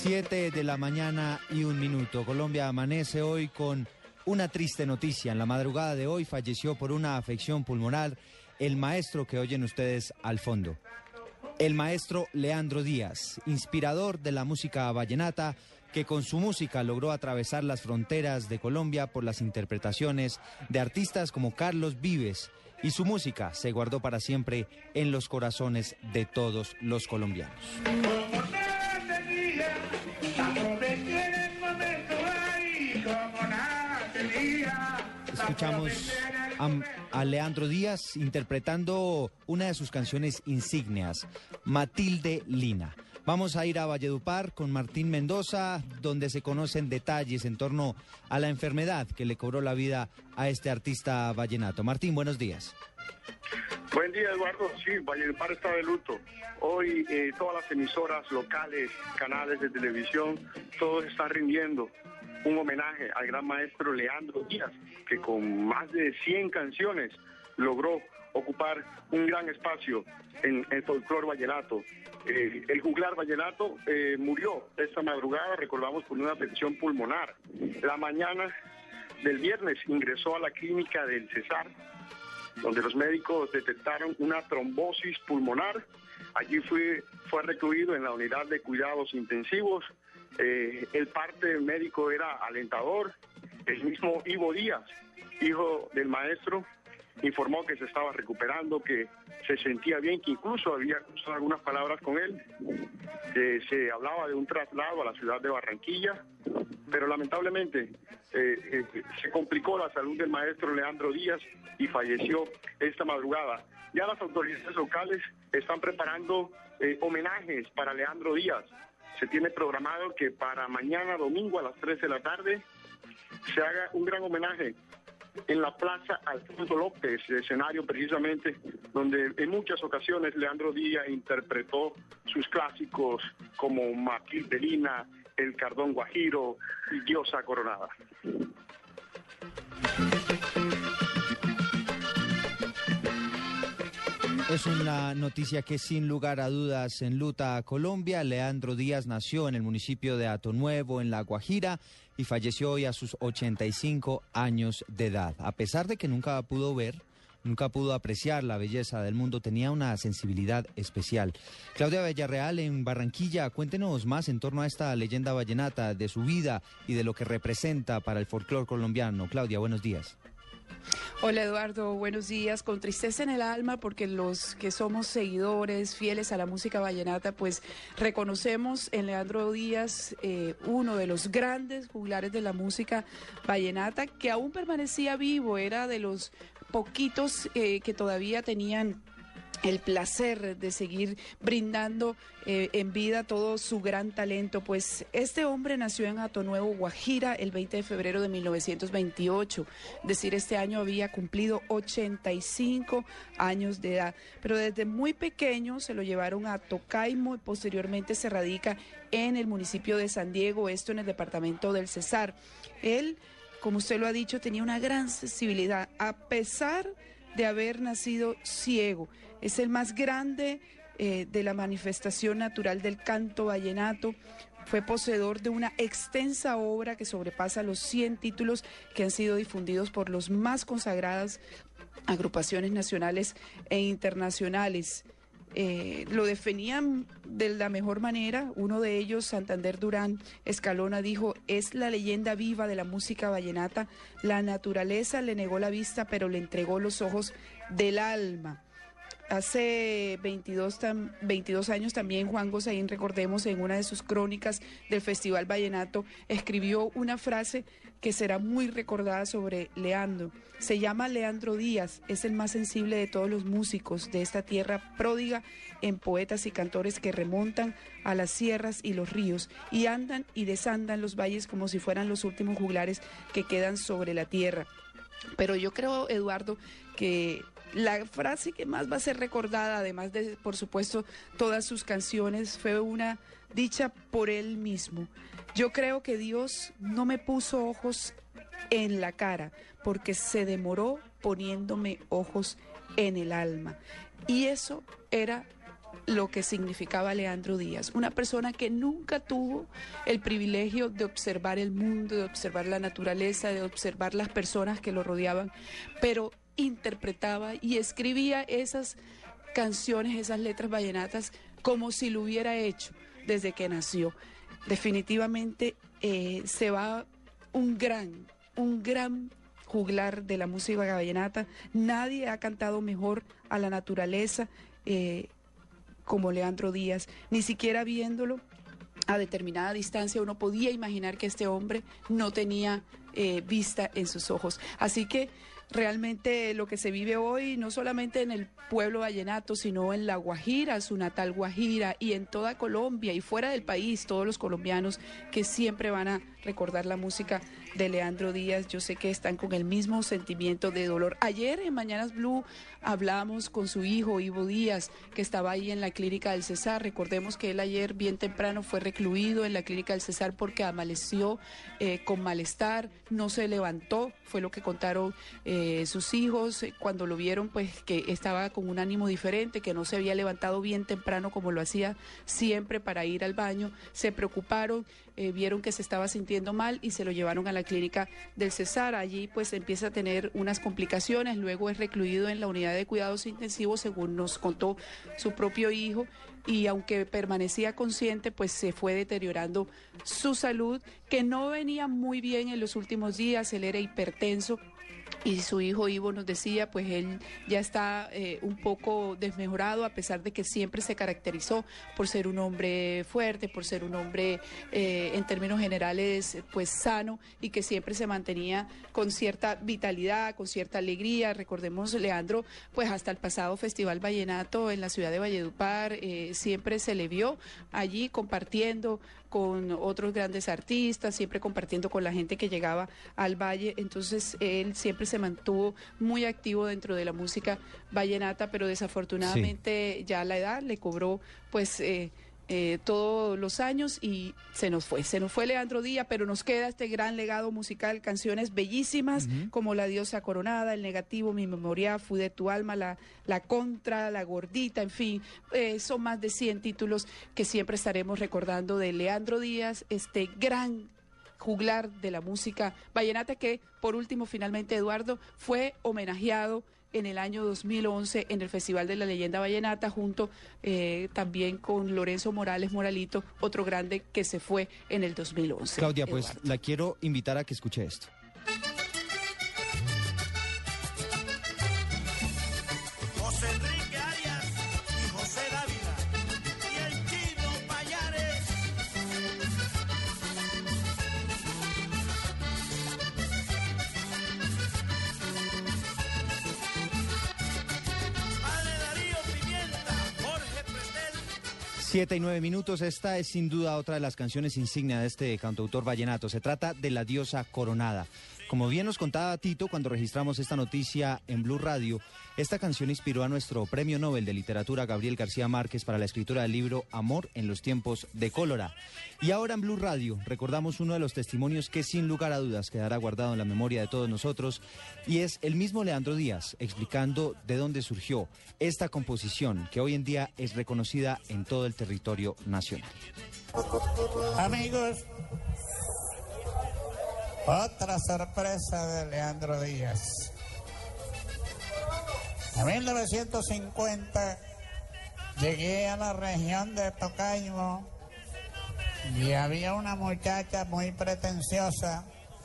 7:01 a.m. Colombia amanece hoy con una triste noticia. En la madrugada de hoy falleció por una afección pulmonar el maestro que oyen ustedes al fondo. El maestro Leandro Díaz, inspirador de la música vallenata, que con su música logró atravesar las fronteras de Colombia por las interpretaciones de artistas como Carlos Vives, y su música se guardó para siempre en los corazones de todos los colombianos. Escuchamos a Leandro Díaz interpretando una de sus canciones insignias, Matilde Lina. Vamos a ir a Valledupar con Martín Mendoza, donde se conocen detalles en torno a la enfermedad que le cobró la vida a este artista vallenato. Martín, buenos días. Buen día, Eduardo. Sí, Valledupar está de luto. Hoy todas las emisoras locales, canales de televisión, todos están rindiendo un homenaje al gran maestro Leandro Díaz, que con más de 100 canciones logró ocupar un gran espacio en el folclore vallenato. El juglar vallenato murió esta madrugada, recordamos, por una afección pulmonar. La mañana del viernes ingresó a la clínica del Cesar, donde los médicos detectaron una trombosis pulmonar. Allí fue recluido en la unidad de cuidados intensivos. El parte médico era alentador. El mismo Ivo Díaz, hijo del maestro, informó que se estaba recuperando, que se sentía bien, que incluso había usado algunas palabras con él, que se hablaba de un traslado a la ciudad de Barranquilla, pero lamentablemente se complicó la salud del maestro Leandro Díaz y falleció esta madrugada. Ya las autoridades locales están preparando homenajes para Leandro Díaz. Se tiene programado que para mañana domingo a las 3 de la tarde se haga un gran homenaje en la Plaza Alfonso López, escenario precisamente donde en muchas ocasiones Leandro Díaz interpretó sus clásicos como Matilde Lina, El Cardón Guajiro y Diosa Coronada. Es una noticia que sin lugar a dudas enluta a Colombia. Leandro Díaz nació en el municipio de Atonuevo, en La Guajira, y falleció hoy a sus 85 años de edad. A pesar de que nunca pudo ver, nunca pudo apreciar la belleza del mundo, tenía una sensibilidad especial. Claudia Villarreal en Barranquilla, cuéntenos más en torno a esta leyenda vallenata, de su vida y de lo que representa para el folclore colombiano. Claudia, buenos días. Hola Eduardo, buenos días. Con tristeza en el alma, porque los que somos seguidores fieles a la música vallenata, pues reconocemos en Leandro Díaz uno de los grandes juglares de la música vallenata, que aún permanecía vivo, era de los poquitos que todavía tenían el placer de seguir brindando en vida todo su gran talento. Pues este hombre nació en Atonuevo, Guajira, el 20 de febrero de 1928. Es decir, este año había cumplido 85 años de edad. Pero desde muy pequeño se lo llevaron a Tocaimo y posteriormente se radica en el municipio de San Diego, esto en el departamento del Cesar. Él, como usted lo ha dicho, tenía una gran sensibilidad, a pesar de haber nacido ciego. Es el más grande de la manifestación natural del canto vallenato. Fue poseedor de una extensa obra que sobrepasa los 100 títulos que han sido difundidos por los más consagradas agrupaciones nacionales e internacionales. Lo definían de la mejor manera. Uno de ellos, Santander Durán Escalona, dijo: es la leyenda viva de la música vallenata. La naturaleza le negó la vista, pero le entregó los ojos del alma. Hace 22 años también Juan Gosaín, recordemos, en una de sus crónicas del Festival Vallenato, escribió una frase que será muy recordada sobre Leandro. Se llama Leandro Díaz, es el más sensible de todos los músicos de esta tierra pródiga en poetas y cantores que remontan a las sierras y los ríos y andan y desandan los valles como si fueran los últimos juglares que quedan sobre la tierra. Pero yo creo, Eduardo, que la frase que más va a ser recordada, además de, por supuesto, todas sus canciones, fue una dicha por él mismo. Yo creo que Dios no me puso ojos en la cara, porque se demoró poniéndome ojos en el alma. Y eso era lo que significaba Leandro Díaz, una persona que nunca tuvo el privilegio de observar el mundo, de observar la naturaleza, de observar las personas que lo rodeaban, pero interpretaba y escribía esas canciones, esas letras vallenatas como si lo hubiera hecho desde que nació. Definitivamente se va un gran juglar de la música vallenata. Nadie ha cantado mejor a la naturaleza como Leandro Díaz. Ni siquiera viéndolo a determinada distancia uno podía imaginar que este hombre no tenía vista en sus ojos. Así que realmente lo que se vive hoy, no solamente en el pueblo vallenato, sino en La Guajira, su natal Guajira, y en toda Colombia y fuera del país, todos los colombianos que siempre van a recordar la música de Leandro Díaz, yo sé que están con el mismo sentimiento de dolor. Ayer en Mañanas Blue hablamos con su hijo, Ivo Díaz, que estaba ahí en la clínica del Cesar. Recordemos que él ayer bien temprano fue recluido en la clínica del Cesar porque amaneció con malestar, no se levantó, fue lo que contaron sus hijos cuando lo vieron, pues que estaba con un ánimo diferente, que no se había levantado bien temprano como lo hacía siempre para ir al baño. Se preocuparon, vieron que se estaba sintiendo mal y se lo llevaron a la clínica del Cesar. Allí pues empieza a tener unas complicaciones, luego es recluido en la unidad de cuidados intensivos, según nos contó su propio hijo, y aunque permanecía consciente, pues se fue deteriorando su salud, que no venía muy bien en los últimos días. Él era hipertenso. Y su hijo Ivo nos decía, pues él ya está un poco desmejorado, a pesar de que siempre se caracterizó por ser un hombre fuerte, por ser un hombre en términos generales pues sano, y que siempre se mantenía con cierta vitalidad, con cierta alegría. Recordemos, Leandro, pues hasta el pasado Festival Vallenato en la ciudad de Valledupar, siempre se le vio allí compartiendo con otros grandes artistas, siempre compartiendo con la gente que llegaba al valle. Entonces él siempre se mantuvo muy activo dentro de la música vallenata, pero desafortunadamente ya la edad le cobró pues todos los años y se nos fue Leandro Díaz, pero nos queda este gran legado musical, canciones bellísimas como La Diosa Coronada, El Negativo, Mi Memoria, Fui de tu Alma, la Contra, La Gordita, en fin, son más de 100 títulos que siempre estaremos recordando de Leandro Díaz, este gran juglar de la música vallenata, que por último finalmente, Eduardo, fue homenajeado en el año 2011 en el Festival de la Leyenda Vallenata, junto también con Lorenzo Morales Moralito, otro grande que se fue en el 2011. Claudia, pues Eduardo, la quiero invitar a que escuche esto. José Enrique Arias y José Dávila y el Chino Payares. Padre Darío Pimienta, Jorge Pretel. 7:09. Esta es sin duda otra de las canciones insignia de este cantautor vallenato. Se trata de La Diosa Coronada. Como bien nos contaba Tito cuando registramos esta noticia en Blue Radio, esta canción inspiró a nuestro Premio Nobel de Literatura Gabriel García Márquez para la escritura del libro Amor en los tiempos de cólera. Y ahora en Blue Radio recordamos uno de los testimonios que sin lugar a dudas quedará guardado en la memoria de todos nosotros, y es el mismo Leandro Díaz explicando de dónde surgió esta composición que hoy en día es reconocida en todo el territorio nacional. Amigos, otra sorpresa de Leandro Díaz. En 1950 llegué a la región de Tocaimo y había una muchacha muy pretenciosa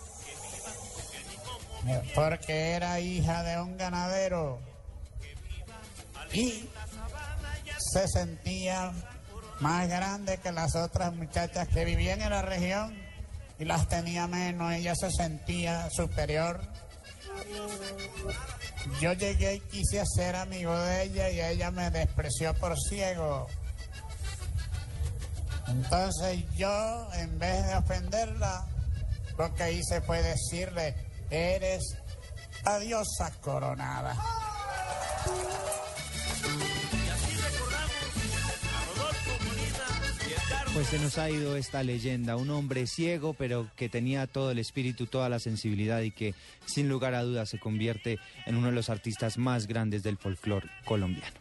porque era hija de un ganadero y se sentía más grande que las otras muchachas que vivían en la región y las tenía menos. Ella se sentía superior. Yo llegué y quise ser amigo de ella y ella me despreció por ciego. Entonces yo, en vez de ofenderla, lo que hice fue decirle: eres la diosa coronada. Pues se nos ha ido esta leyenda, un hombre ciego pero que tenía todo el espíritu, toda la sensibilidad, y que sin lugar a dudas se convierte en uno de los artistas más grandes del folclore colombiano.